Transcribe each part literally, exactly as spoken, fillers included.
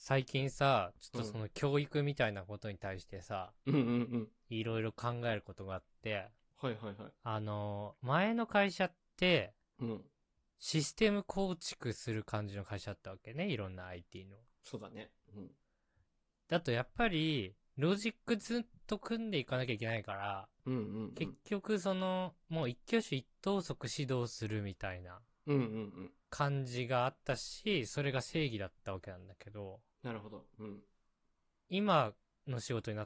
最近さ、ちょっとそうん。 の教育みたいなことに対してさ、 うんうんうん。 いろいろ考えることがあって、 はいはいはい。 あの、前の会社って、 うん。 システム構築する感じの会社だったわけね、いろんな アイティー の。 そうだね。うん。 だとやっぱり、ロジックずっと組んでいかなきゃいけないから、 うんうんう結ん。 局その、もう一挙手一投足指導するみたいなうんうんうん。 感じがあったし、それが正義だったわけなんだけど、 なるほど。うん。 今の仕事になって、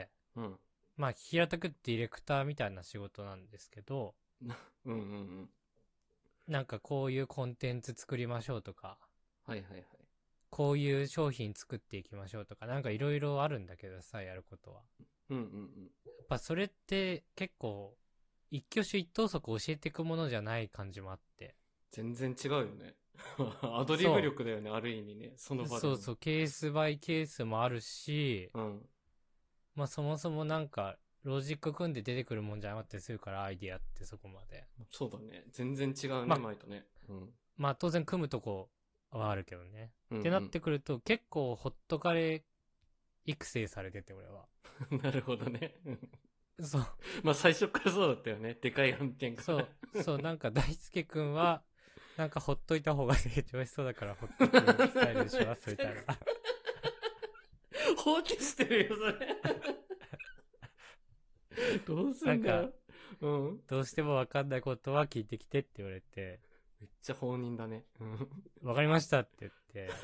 うん。 まあ、平たくディレクターみたいな仕事なんですけど、 なうんうんうん。 なんかこういうコンテンツ作りましょうとか、 はいはいはい。 こういう商品作っていきましょうとか、なんかいろいろあるんだけどさ、やることは。 うんうんやっぱそれって結構、一挙手一投足教えていくものじゃない感じもあって。 全然違うよね。アドリブそ力だよね、ある意味ね。そのう。 場での。 そうそう、ケースバイケースもあるし、 うん。 まあそもそもなんか、ロジック組んで出てくるもんじゃなかったりするから、アイディアってそこまで。 そうだね。全然違うね、 まあ、 前とね。うん。 まあ当然組むとこはあるけどね。ってなっうんてくると結構ほっとかれ育成されてて俺は。 うん。なるほどね。うん。 そう、 まあ最初からそうだったよね。でかい案件から。 そう、そう、なんか大輔くんは、なんかほっといた方が成長しそうだからほっとくスタイルにしますみたいな。 放棄してるよ、それ。どうすなんか、 んだよ。うん。 どうしてもわかんないことは聞いてきてって言われて、 めっちゃ放任だね。うん。 わかりましたって言って、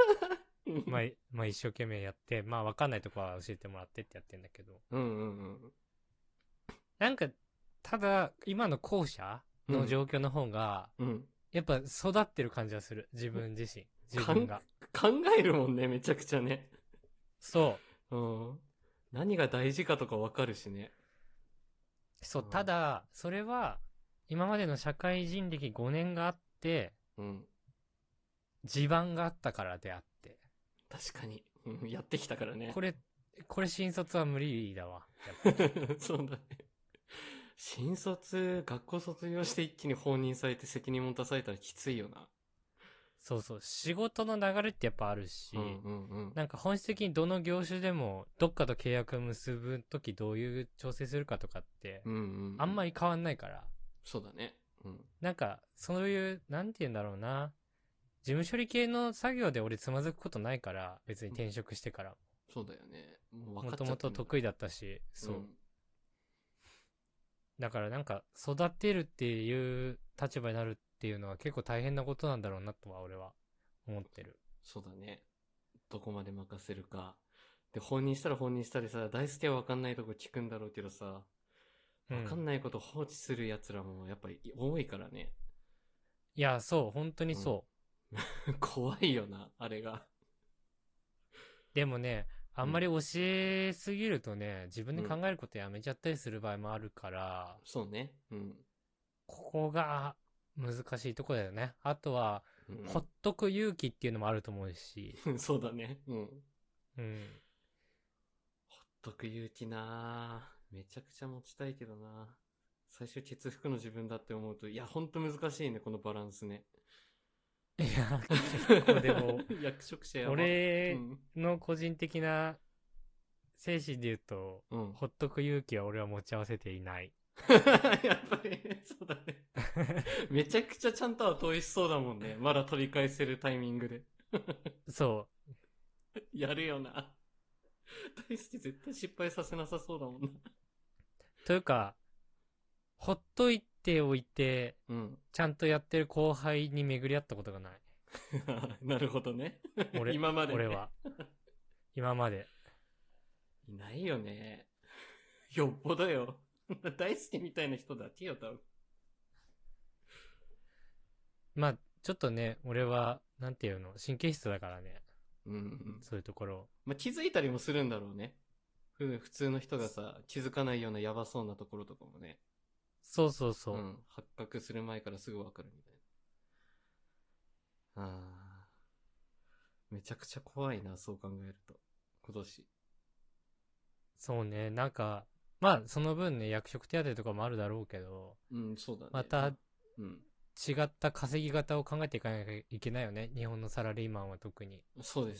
うん。 まあ、まあ一生懸命やって、まあわかんないとこは教えてもらってってやってんだけど、 うんうんなんか、ただ、今の後者うん。うん。 の状況の方が、 うん。 やっぱ育ってる感じがする。自分自身。自かん、 分が。 考えるもんね、めちゃくちゃね。 そう。 うん。何が大事かとかわかるしね。 そう、たうだ、それは、今までの社会人歴ごねんがあって、 ん。うん。 地盤があったからであって。 確かに。うん。やってきたからね。 これ、これ新卒は無理だわ。やっぱり。 そうだね。新卒、学校卒業して一気に放任されて責任持たされたらきついよな。 そうそう。仕事の流れってやっぱあるし、 うんうんうん。 なんか本質的にどの業種でも、どっかと契約を結ぶときどういう調整するかとかって、 うんうんうん。 あんまり変わんないから。 そうだね。うん。 なんか、そういう、なんて言うんだろうな。事務処理系の作業で俺つまずくことないから、別に転職してから。 そうだよね。もう分かっもともちゃってんだから。 と得意だったし、そう。 うん。 だからなんか、育てるっていう立場になるっていうのは結構大変なことなんだろうなとは俺は思ってる。 そうだね。どこまで任せるか。で、本人したら本人したりさ、大輔は分かんないとこ聞くんだろうけどさ、分かうん。 んないこと放置する奴らもやっぱり多いからね。 いや、そう、本当にうん。 そう。 怖いよな、あれが。 でもね、あうん。 んまり教えすぎるとね、自分で考うん。 えることやめちゃったりする場合もあるから、 そうね。うん。 ここが難しいとこだよね。あとは、ほっうとく勇気っていうのもあると思うし、 ん。そうだね。うん。 うん。 ほっとく勇気なぁめちゃくちゃ持ちたいけどな最初ケツ吹くの自分だって思うと、いや、ほんと難しいね、このバランスね。 いや、結構でも、 役職者やば。う俺ん。 の個人的な精神で言うと、 うん。 ほっとく勇気は俺は持ち合わせていない。 やっぱり、そうだね。めちゃくちゃちゃんと後追いしそうだもんね。まだ取り返せるタイミングで。 そやるよな。大好き絶対失敗させなさそうだもんな。 う。というか、ほっといておいて、 うん。 ちゃんとやってる後輩に巡り合ったことがない。 なるほどね。 俺、 今までね。 俺は。今まで。 いないよね。よっぽどよ。大好きみたいな人だけよ、多分。 まあ、ちょっとね、俺は、なんていうの、神経質だからね。 うんうん。 そういうところ。 まあ、気づいたりもするんだろうね。ふ普通の人がさ、気づかないようなやばそうなところとかもね。 そうそうそうん。発覚する前からすぐわかるみたいな。ああ。めちゃくちゃ怖いな、そう考えると。今年。 う。そうね、なんか、まあ、その分ね、役職手当とかもあるだろうけど、 うん、そうだね。ままたあ、うん。 違った稼ぎ方を考えていかなきゃいけないよね。日本のサラリーマンは特に。 そうです。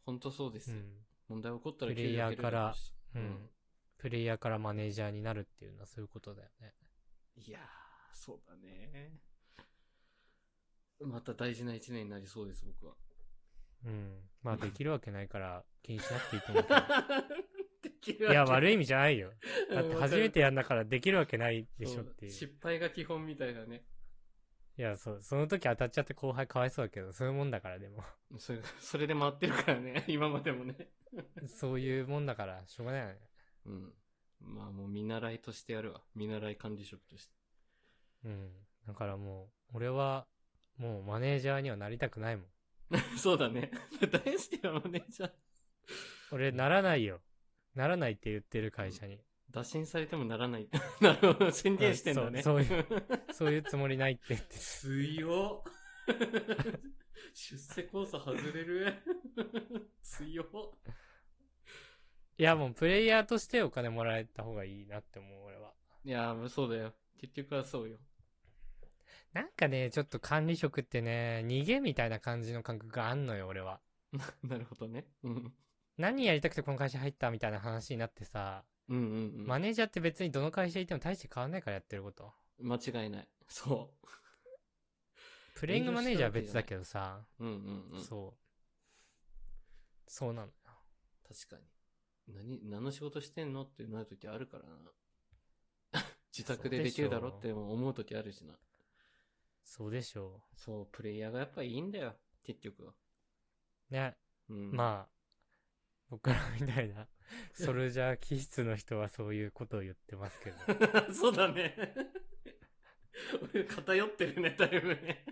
ほんとそうですよ。 うん。 問題起こったらプレイヤーから給料上げるだろうしうんプレイヤーからマネージャーになるっていうのはそういうことだよね。 いやー、そうだね。また大事な一年になりそうです、僕は。 うん。まあできるわけないから気にしなくていいと思うけど。 できるいや、 わけ悪い意味じゃないよ。 うんだって初めてやんだからできるわけないでしょっていう。 そう失敗が基本みたいだね。 いや、そう、その時当たっちゃって後輩かわいそうだけど、そういうもんだからでも。 それ、それで回ってるからね、今までもね。 そういうもんだから、しょうがないよね。 うん。まあもう見習いとしてやるわ。見習い管理職として。 うん。だからもう、俺は、もうマネージャーにはなりたくないもん。 そうだね。大好きなマネージャー。 俺、ならないよ。ならないって言ってる会社に。 打診されてもならない。なるほど。宣言してんだね。 そうそうそういうつもりないって言ってる。 強っ。出世コース外れる。強っ。 いや、もうプレイヤーとしてお金もらえた方がいいなって思う、俺は。 いやー、そうだよ。結局はそうよ。 なんかね、ちょっと管理職ってね、逃げみたいな感じの感覚があんのよ、俺は。 なるほどね。うん。 何やりたくてこの会社入ったみたいな話になってさ、 うんうんうん。 マネージャーって別にどの会社行っても大して変わんないからやってること。 間違いない。そプレイングマネージャーは別だけどさ、 う。うんうんうん。 そう。そうなのよ。 確かに。何、何の仕事してんのってなるときあるからな。自宅でできるだろって思うときあるしな。 そうでしょそう、プレイヤーがやっぱいいんだよ。結局は。 う。ね。 うん。 まあ、僕らみたいな、ソルジャー気質の人はそういうことを言ってますけど。 そうだね。俺偏ってるね、だいぶね。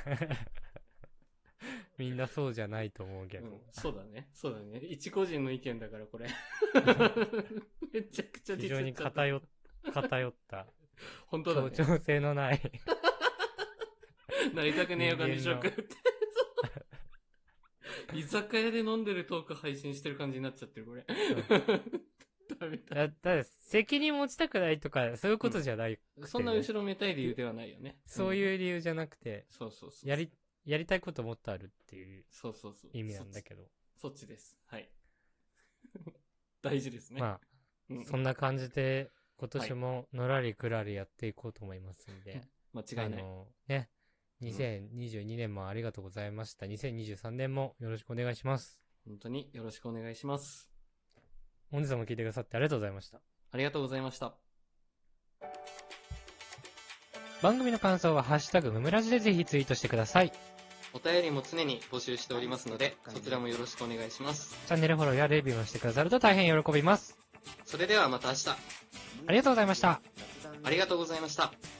みんなそうじゃないと思うけど。 うん、そうだね。そうだね。一個人の意見だから、これ。めちゃくちゃ非常に偏っ、偏った、 本当だね。 協調性のないなりたくねえよ、管理職人間のって。居酒屋で飲んでるトーク配信してる感じになっちゃってる、これ。ダメだ。 だ、だ責任持ちたくないとか、そういうことじゃない、 うん、そんな後ろめたい理由ではないよね。 そういう理由じゃなくて、 うん、そうそうそう。 やり、やりたいこともっとあるっていうそうそうそう意味なんだけど。 そっちです。はい。大事ですね。 まあ、うん、そんな感じで、今年ものらりくらりやっていこうと思いますんで。 間違いない。 あの、ね。にせんにじゅうにねんもありがとうございました。にせんにじゅうさんねんもよろしくお願いします。 本当によろしくお願いします。 本日も聞いてくださってありがとうございました。 ありがとうございました。 番組の感想はハッシュタグムムラジでぜひツイートしてください。 お便りも常に募集しておりますので、そちらもよろしくお願いします。 チャンネルフォローやレビューもしてくださると大変喜びます。 それではまた明日。 ありがとうございました。 ありがとうございました。